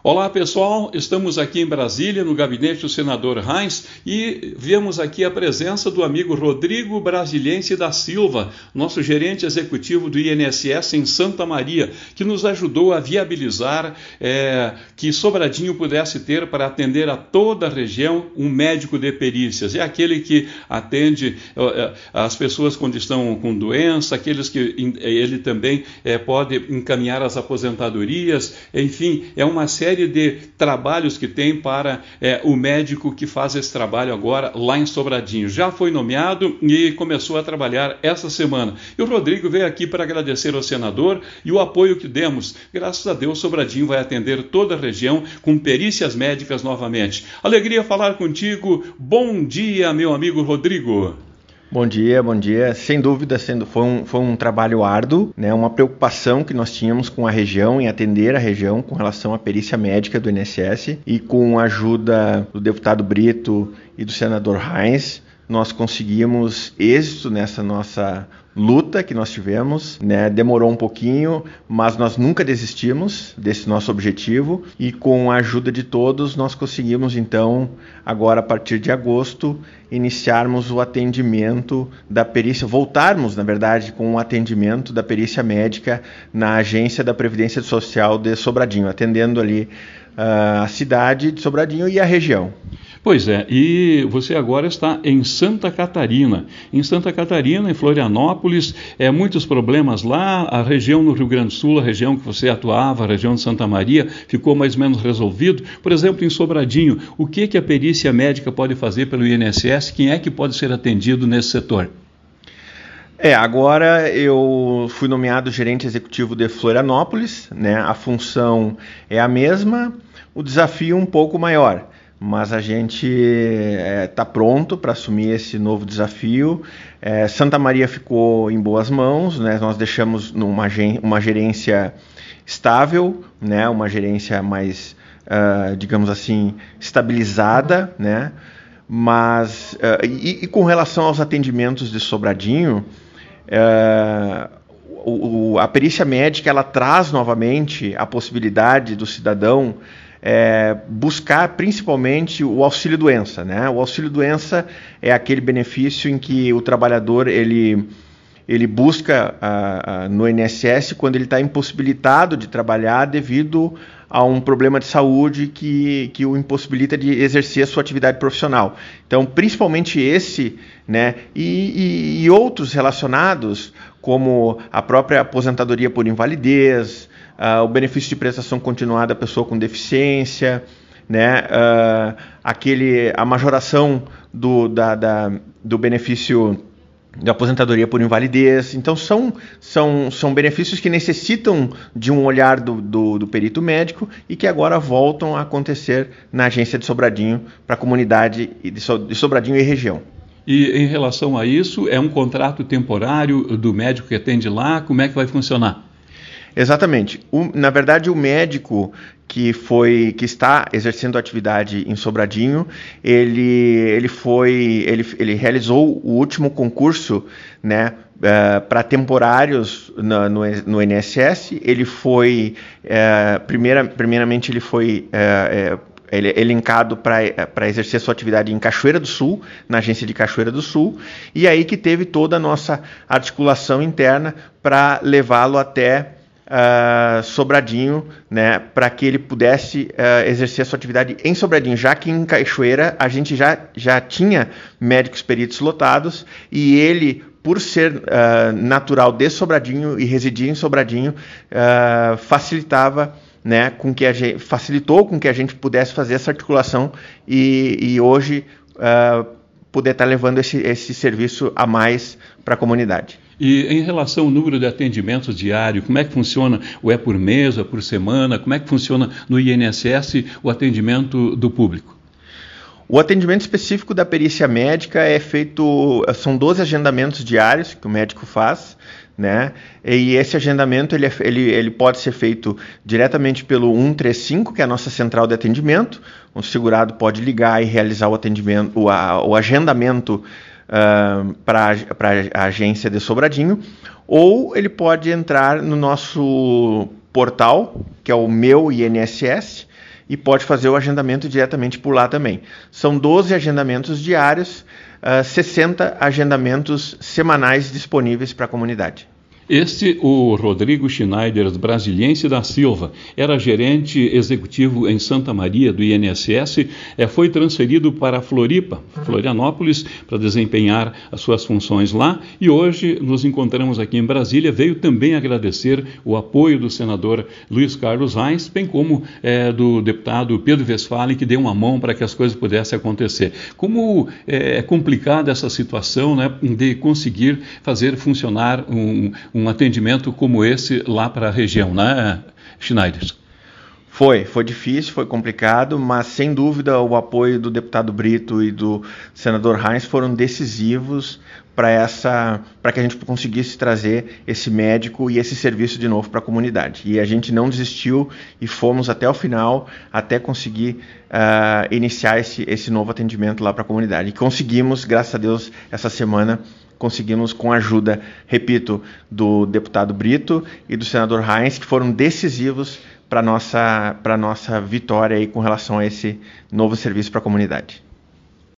Olá pessoal, estamos aqui em Brasília, no gabinete do senador Reins, e vemos aqui a presença do amigo Rodrigo Brasiliense da Silva, nosso gerente executivo do INSS em Santa Maria, que nos ajudou a viabilizar que Sobradinho pudesse ter, para atender a toda a região, um médico de perícias. É aquele que atende as pessoas quando estão com doença, aqueles que ele também pode encaminhar as aposentadorias, enfim, é uma série de trabalhos que tem para o médico que faz esse trabalho agora lá em Sobradinho. Já foi nomeado e começou a trabalhar essa semana. E o Rodrigo veio aqui para agradecer ao senador e o apoio que demos. Graças a Deus, Sobradinho vai atender toda a região com perícias médicas novamente. Alegria falar contigo. Bom dia, meu amigo Rodrigo. Bom dia, bom dia. Sem dúvida, foi um trabalho árduo, né? Uma preocupação que nós tínhamos com a região, em atender a região com relação à perícia médica do INSS, e com a ajuda do deputado Brito e do senador Reins, nós conseguimos êxito nessa nossa luta que nós tivemos, né? Demorou um pouquinho, mas nós nunca desistimos desse nosso objetivo, e com a ajuda de todos nós conseguimos então, agora a partir de agosto, iniciarmos o atendimento da perícia, voltarmos na verdade com o atendimento da perícia médica na Agência da Previdência Social de Sobradinho, atendendo ali a cidade de Sobradinho e a região. Pois é, e você agora está em Santa Catarina. Em Santa Catarina, em Florianópolis, muitos problemas lá. A região no Rio Grande do Sul, a região que você atuava, a região de Santa Maria, ficou mais ou menos resolvido. Por exemplo, em Sobradinho, o que a perícia médica pode fazer pelo INSS? Quem é que pode ser atendido nesse setor? Agora eu fui nomeado gerente executivo de Florianópolis, né? A função é a mesma, o desafio um pouco maior. Mas a gente está pronto para assumir esse novo desafio. Santa Maria ficou em boas mãos, né? Nós deixamos uma gerência estável, né? Uma gerência mais, digamos assim, estabilizada, né? Mas, e com relação aos atendimentos de Sobradinho, a perícia médica ela traz novamente a possibilidade do cidadão buscar principalmente o auxílio-doença, né? O auxílio-doença é aquele benefício em que o trabalhador ele busca no INSS quando ele está impossibilitado de trabalhar devido a um problema de saúde que o impossibilita de exercer a sua atividade profissional. Então, principalmente esse, né? E outros relacionados, como a própria aposentadoria por invalidez, o benefício de prestação continuada à pessoa com deficiência, né? A majoração do benefício de aposentadoria por invalidez. Então são benefícios que necessitam de um olhar do perito médico e que agora voltam a acontecer na agência de Sobradinho para a comunidade de Sobradinho e região. E em relação a isso, é um contrato temporário do médico que atende lá? Como é que vai funcionar? Exatamente. Na verdade, o médico que está exercendo atividade em Sobradinho, ele realizou o último concurso, né, para temporários no INSS. Ele foi, primeiramente ele foi elencado para exercer sua atividade em Cachoeira do Sul, na agência de Cachoeira do Sul, e aí que teve toda a nossa articulação interna para levá-lo até Sobradinho, né, para que ele pudesse exercer a sua atividade em Sobradinho, já que em Cachoeira a gente já tinha médicos peritos lotados, e ele, por ser natural de Sobradinho e residir em Sobradinho, facilitou com que a gente pudesse fazer essa articulação e hoje poder estar levando esse serviço a mais para a comunidade. E em relação ao número de atendimentos diários, como é que funciona? Ou é por mês, ou é por semana? Como é que funciona no INSS o atendimento do público? O atendimento específico da perícia médica é feito, são 12 agendamentos diários que o médico faz, né? E esse agendamento ele pode ser feito diretamente pelo 135, que é a nossa central de atendimento. O segurado pode ligar e realizar o atendimento, o agendamento para a agência de Sobradinho, ou ele pode entrar no nosso portal, que é o Meu INSS, e pode fazer o agendamento diretamente por lá também. São 12 agendamentos diários, 60 agendamentos semanais disponíveis para a comunidade. O Rodrigo Schneider, brasiliense da Silva, era gerente executivo em Santa Maria do INSS, foi transferido para Florianópolis, para desempenhar as suas funções lá, e hoje nos encontramos aqui em Brasília. Veio também agradecer o apoio do senador Luiz Carlos Reins, bem como do deputado Pedro Westphalen, que deu uma mão para que as coisas pudessem acontecer. Como é complicada essa situação, né, de conseguir fazer funcionar um atendimento como esse lá para a região, né, Schneider? Foi difícil, foi complicado, mas sem dúvida o apoio do deputado Brito e do senador Reins foram decisivos para que a gente conseguisse trazer esse médico e esse serviço de novo para a comunidade. E a gente não desistiu e fomos até o final, até conseguir iniciar esse novo atendimento lá para a comunidade. E conseguimos, graças a Deus, essa semana, conseguimos com a ajuda, repito, do deputado Brito e do senador Reins, que foram decisivos para a nossa vitória aí com relação a esse novo serviço para a comunidade.